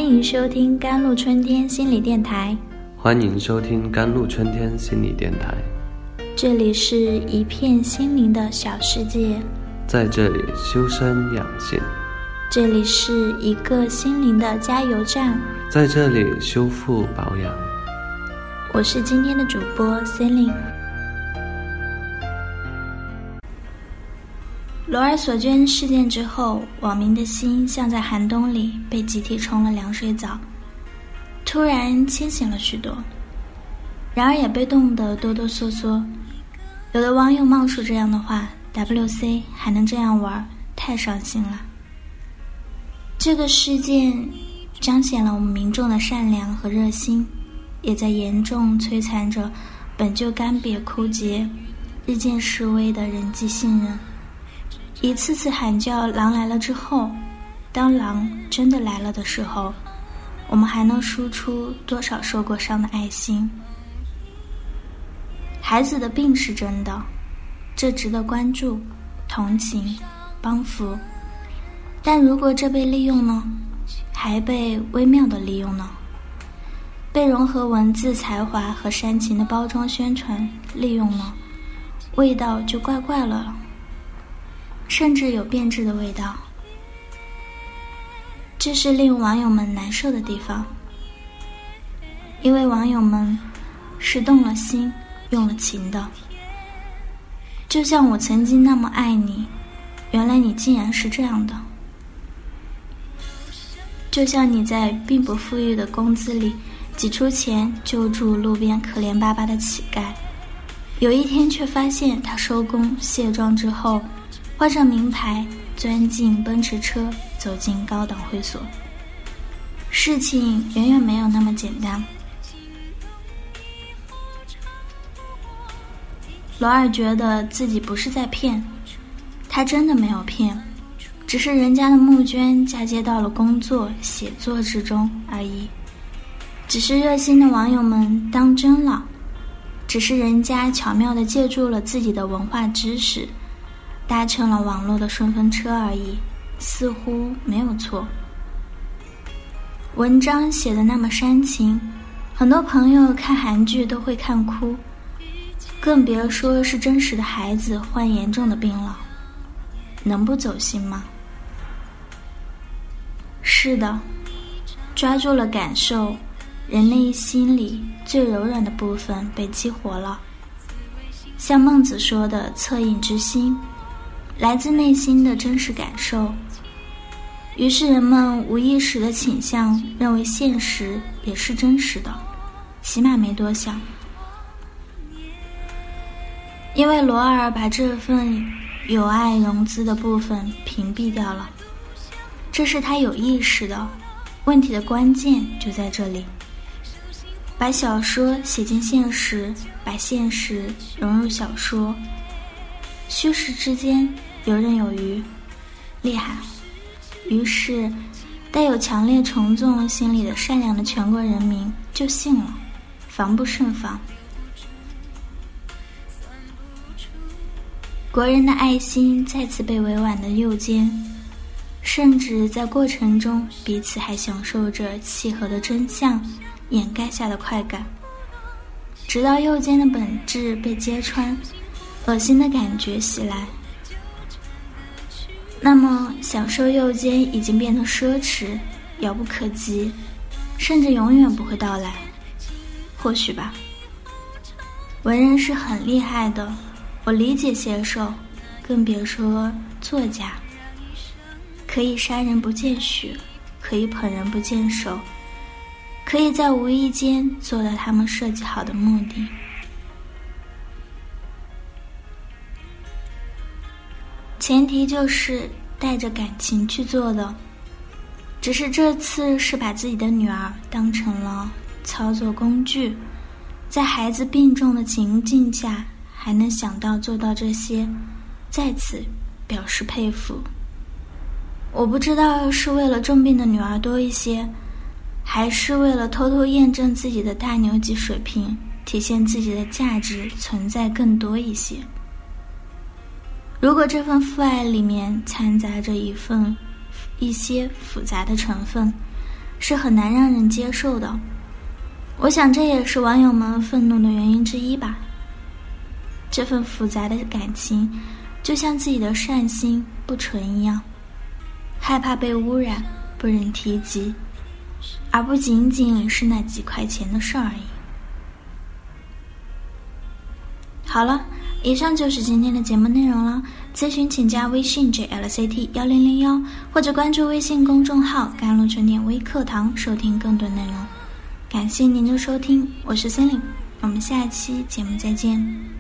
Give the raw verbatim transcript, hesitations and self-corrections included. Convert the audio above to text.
欢迎收听甘露春天心理电台。 欢迎收听甘露春天心理电台。 这里是一片心灵的小世界， 在这里修身养性。 这里是一个心灵的加油站， 在这里修复保养。 我是今天的主播 Celine。 罗尔索娟事件之后，网民的心像在寒冬里被集体冲了凉水澡，突然清醒了许多，然而也被冻得哆哆嗦嗦。有的网友冒出这样的话， W C 还能这样玩，太伤心了。这个事件彰显了我们民众的善良和热心，也在严重摧残着本就干瘪枯竭、日渐式微的人际信任。一次次喊叫狼来了之后，当狼真的来了的时候，我们还能输出多少受过伤的爱心？孩子的病是真的，这值得关注、同情、帮扶。但如果这被利用呢？还被微妙的利用呢？被融合文字才华和煽情的包装宣传利用呢？味道就怪怪了，甚至有变质的味道。这是令网友们难受的地方，因为网友们是动了心、用了情的。就像我曾经那么爱你，原来你竟然是这样的。就像你在并不富裕的工资里挤出钱救助路边可怜巴巴的乞丐，有一天却发现他收工卸妆之后，换上名牌，钻进奔驰车，走进高档会所。事情远远没有那么简单。罗尔觉得自己不是在骗，他真的没有骗，只是人家的募捐嫁接到了工作写作之中而已。只是热心的网友们当真了，只是人家巧妙地借助了自己的文化知识，搭乘了网络的顺风车而已，似乎没有错。文章写得那么煽情，很多朋友看韩剧都会看哭，更别说是真实的孩子患严重的病了，能不走心吗？是的，抓住了感受，人内心里最柔软的部分被激活了。像孟子说的恻隐之心，来自内心的真实感受。于是人们无意识的倾向认为现实也是真实的，起码没多想。因为罗尔把这份有爱融资的部分屏蔽掉了，这是他有意识的。问题的关键就在这里，把小说写进现实，把现实融入小说，虚实之间游刃有余，厉害。于是带有强烈从众心理的善良的全国人民就信了，防不胜防。国人的爱心再次被委婉的诱奸，甚至在过程中彼此还享受着契合的真相掩盖下的快感，直到诱奸的本质被揭穿，恶心的感觉袭来。那么享受诱奸已经变得奢侈，遥不可及，甚至永远不会到来。或许吧。文人是很厉害的，我理解写手，更别说作家。可以杀人不见血，可以捧人不见手，可以在无意间做到他们设计好的目的。前提就是带着感情去做的，只是这次是把自己的女儿当成了操作工具，在孩子病重的情境下还能想到做到这些，在此表示佩服。我不知道是为了重病的女儿多一些，还是为了偷偷验证自己的大牛级水平，体现自己的价值存在更多一些。如果这份父爱里面掺杂着一份一些复杂的成分， 是很难让人接受的。我想这也是网友们愤怒的原因之一吧。这份复杂的感情就像自己的善心不纯一样，害怕被污染，不忍提及，而不仅仅是那几块钱的事儿而已。好了，以上就是今天的节目内容了。咨询请加微信 J L C T 一零零一，或者关注微信公众号甘露春点微课堂收听更多内容。感谢您的收听，我是森林，我们下期节目再见。